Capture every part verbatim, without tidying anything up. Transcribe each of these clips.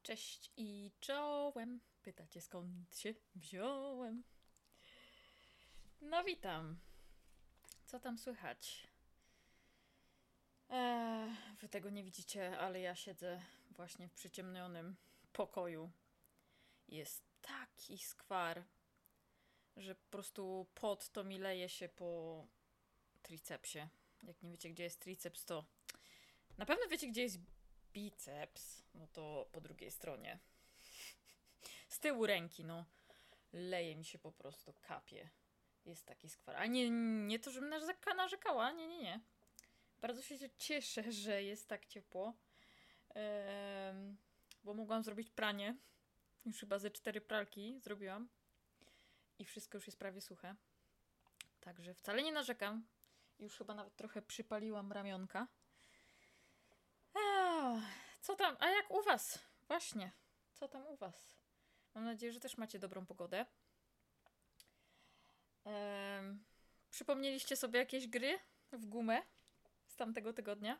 Cześć i czołem. Pytacie, skąd się wziąłem? No witam. Co tam słychać? Eee, wy tego nie widzicie, ale ja siedzę właśnie w przyciemnionym pokoju. Jest taki skwar, że po prostu pot to mi leje się po tricepsie. Jak nie wiecie, gdzie jest triceps, to na pewno wiecie, gdzie jest biceps. No to po drugiej stronie. Z tyłu ręki, no. Leje mi się po prostu, kapie. Jest taki skwar. A nie, nie to, żebym narzeka- narzekała, nie, nie, nie. Bardzo się cieszę, że jest tak ciepło. Ehm, bo mogłam zrobić pranie. Już chyba ze cztery pralki zrobiłam. I wszystko już jest prawie suche. Także wcale nie narzekam. Już chyba nawet trochę przypaliłam ramionka. Eee, co tam? A jak u was? Właśnie. Co tam u was? Mam nadzieję, że też macie dobrą pogodę. Ehm, przypomnieliście sobie jakieś gry w gumę z tamtego tygodnia?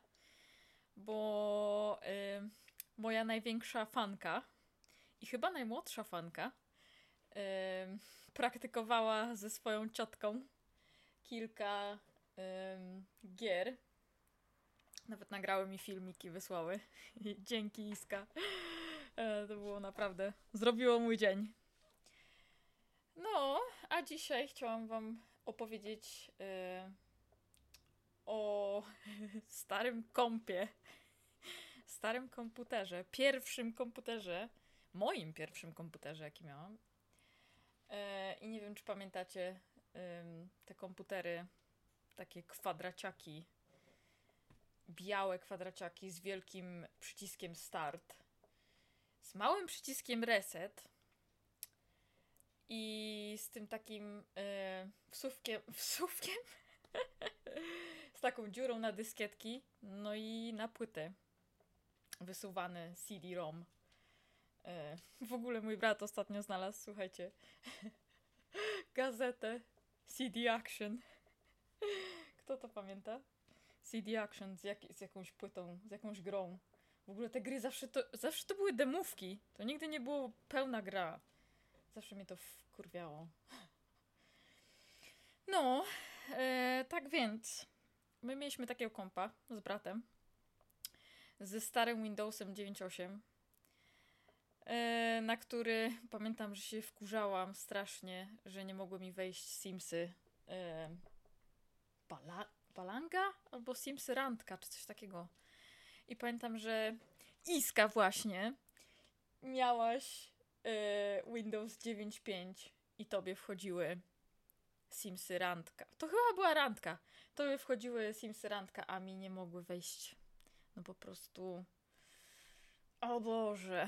Bo em, moja największa fanka i chyba najmłodsza fanka em, praktykowała ze swoją ciotką kilka em, gier. Nawet nagrały mi filmiki, wysłały. Dzięki, Iska. E, to było naprawdę... Zrobiło mój dzień. No, a dzisiaj chciałam wam opowiedzieć e, o starym kompie, starym komputerze, pierwszym komputerze, moim pierwszym komputerze, jaki miałam. E, I nie wiem, czy pamiętacie ym, te komputery, takie kwadraciaki, białe kwadraciaki z wielkim przyciskiem start, z małym przyciskiem reset i z tym takim e, wsówkiem, wsówkiem? Z taką dziurą na dyskietki, no i na płytę wysuwany C D-ROM. E, w ogóle mój brat ostatnio znalazł, słuchajcie, gazetę C D Action. Kto to pamięta? C D Action z, jak, z jakąś płytą, z jakąś grą. W ogóle te gry zawsze to, zawsze to były demówki. To nigdy nie było pełna gra. Zawsze mnie to wkurwiało. No, e, tak więc my mieliśmy takiego kompa z bratem ze starym Windowsem dziewięć osiem, e, na który pamiętam, że się wkurzałam strasznie, że nie mogły mi wejść Simsy e, Bala Balanga? Albo Simsy Randka, czy coś takiego. I pamiętam, że Iska właśnie miałaś e, Windows dziewięć pięć i tobie wchodziły Simsy Randka. To chyba była Randka. Tobie wchodziły Simsy Randka, a mi nie mogły wejść. No po prostu... O Boże.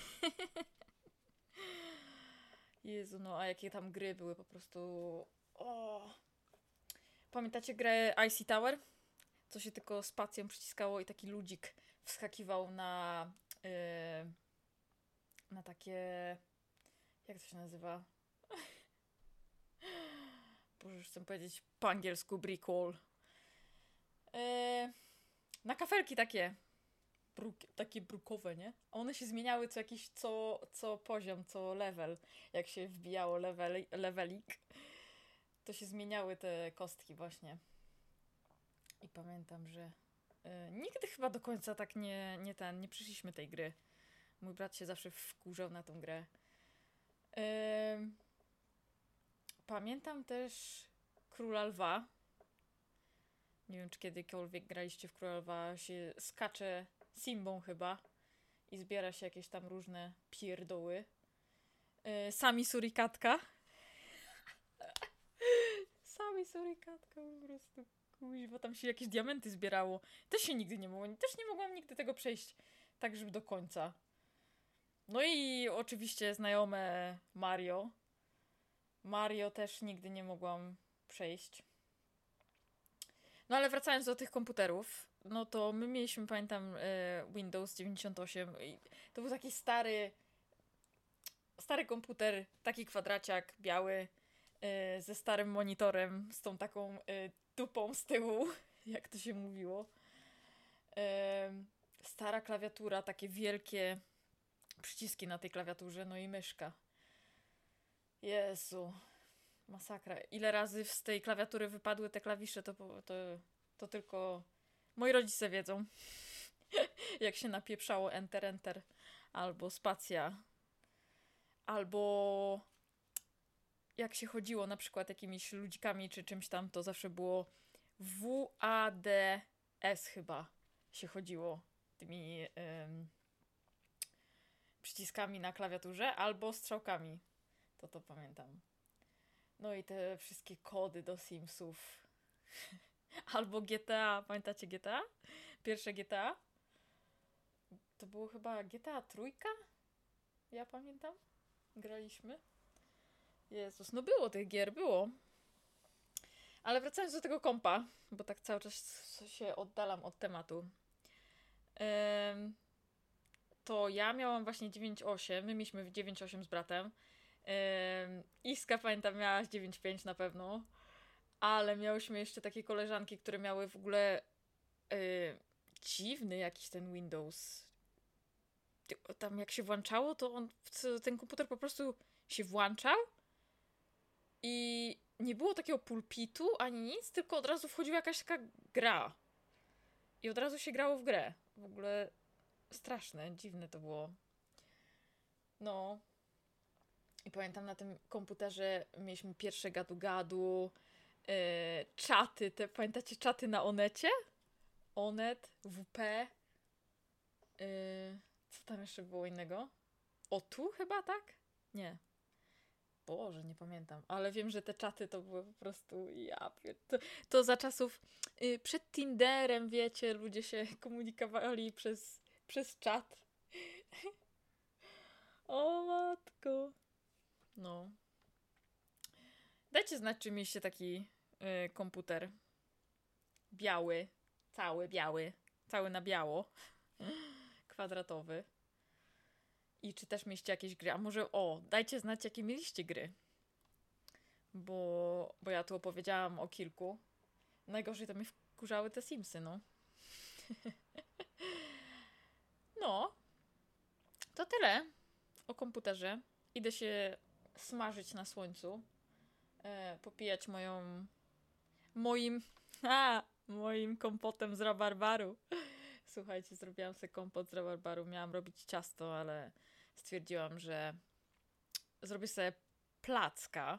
Jezu, no a jakie tam gry były po prostu... O. Pamiętacie grę Icy Tower? Co się tylko spacją przyciskało i taki ludzik wskakiwał na... Yy, na takie... Jak to się nazywa? Boże, już chcę powiedzieć po angielsku brick wall. Yy, na kafelki takie. Bruk, takie brukowe, nie? A one się zmieniały co jakiś, co, co poziom, co level. Jak się wbijało level, levelik, to się zmieniały te kostki właśnie. I pamiętam, że yy, nigdy chyba do końca tak nie, nie ten, nie przyszliśmy tej gry. Mój brat się zawsze wkurzał na tą grę. Yy, pamiętam też Króla Lwa. Nie wiem, czy kiedykolwiek graliście w Króla Lwa. Się skacze Simbą chyba i zbiera się jakieś tam różne pierdoły. Yy, Sami Surikatka. Sami Surikatka po prostu. Kuźwa, tam się jakieś diamenty zbierało. Też się nigdy nie mogłam, też nie mogłam nigdy tego przejść tak, żeby do końca. No i oczywiście znajome Mario. Mario też nigdy nie mogłam przejść. No ale wracając do tych komputerów, no to my mieliśmy, pamiętam, e, Windows dziewięćdziesiąt osiem. I to był taki stary, stary komputer, taki kwadraciak biały, e, ze starym monitorem, z tą taką e, dupą z tyłu, jak to się mówiło. E, stara klawiatura, takie wielkie przyciski na tej klawiaturze, no i myszka. Jezu, masakra. Ile razy z tej klawiatury wypadły te klawisze, to, to, to tylko moi rodzice wiedzą. Jak się napieprzało enter, enter, albo spacja, albo jak się chodziło na przykład jakimiś ludzikami czy czymś tam, to zawsze było W A D S chyba się chodziło tymi ym, przyciskami na klawiaturze, albo strzałkami. To to pamiętam. No i te wszystkie kody do Simsów. Albo G T A. Pamiętacie G T A? Pierwsze G T A? To było chyba G T A trójka? Ja pamiętam. Graliśmy. Jezus, no było tych gier, było. Ale wracając do tego kompa, bo tak cały czas się oddalam od tematu. Ym, to ja miałam właśnie dziewięć osiem. My mieliśmy dziewięć osiem z bratem. Ym, Iska, pamiętam, miała dziewięć pięć na pewno. Ale miałyśmy jeszcze takie koleżanki, które miały w ogóle yy, dziwny jakiś ten Windows. Tam jak się włączało, to on, ten komputer po prostu się włączał i nie było takiego pulpitu ani nic, tylko od razu wchodziła jakaś taka gra. I od razu się grało w grę. W ogóle straszne, dziwne to było. No. I pamiętam, na tym komputerze mieliśmy pierwsze gadu-gadu, yy, czaty, te, pamiętacie czaty na Onecie? Onet, W P. Yy, co tam jeszcze było innego? O tu chyba, tak? Nie. Boże, nie pamiętam. Ale wiem, że te czaty to były po prostu... Ja pier... to, to za czasów... Yy, przed Tinderem, wiecie, ludzie się komunikowali przez, przez czat. O matko. No. Dajcie znać, czy mieliście taki yy, komputer. Biały. Cały biały. Cały na biało. Kwadratowy. I czy też mieliście jakieś gry? A może, o, dajcie znać, jakie mieliście gry. Bo, bo ja tu opowiedziałam o kilku. Najgorzej to mnie wkurzały te Simsy, no. No. To tyle o komputerze. Idę się smażyć na słońcu. E, popijać moją... Moim... A, moim kompotem z rabarbaru. Słuchajcie, zrobiłam sobie kompot z rabarbaru. Miałam robić ciasto, ale stwierdziłam, że zrobię sobie placka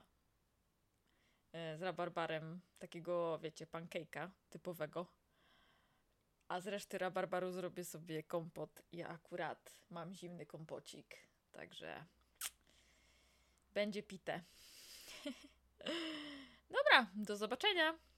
z rabarbarem, takiego, wiecie, pancake'a typowego. A z reszty rabarbaru zrobię sobie kompot. Ja akurat mam zimny kompocik, także będzie pite. Dobra, do zobaczenia!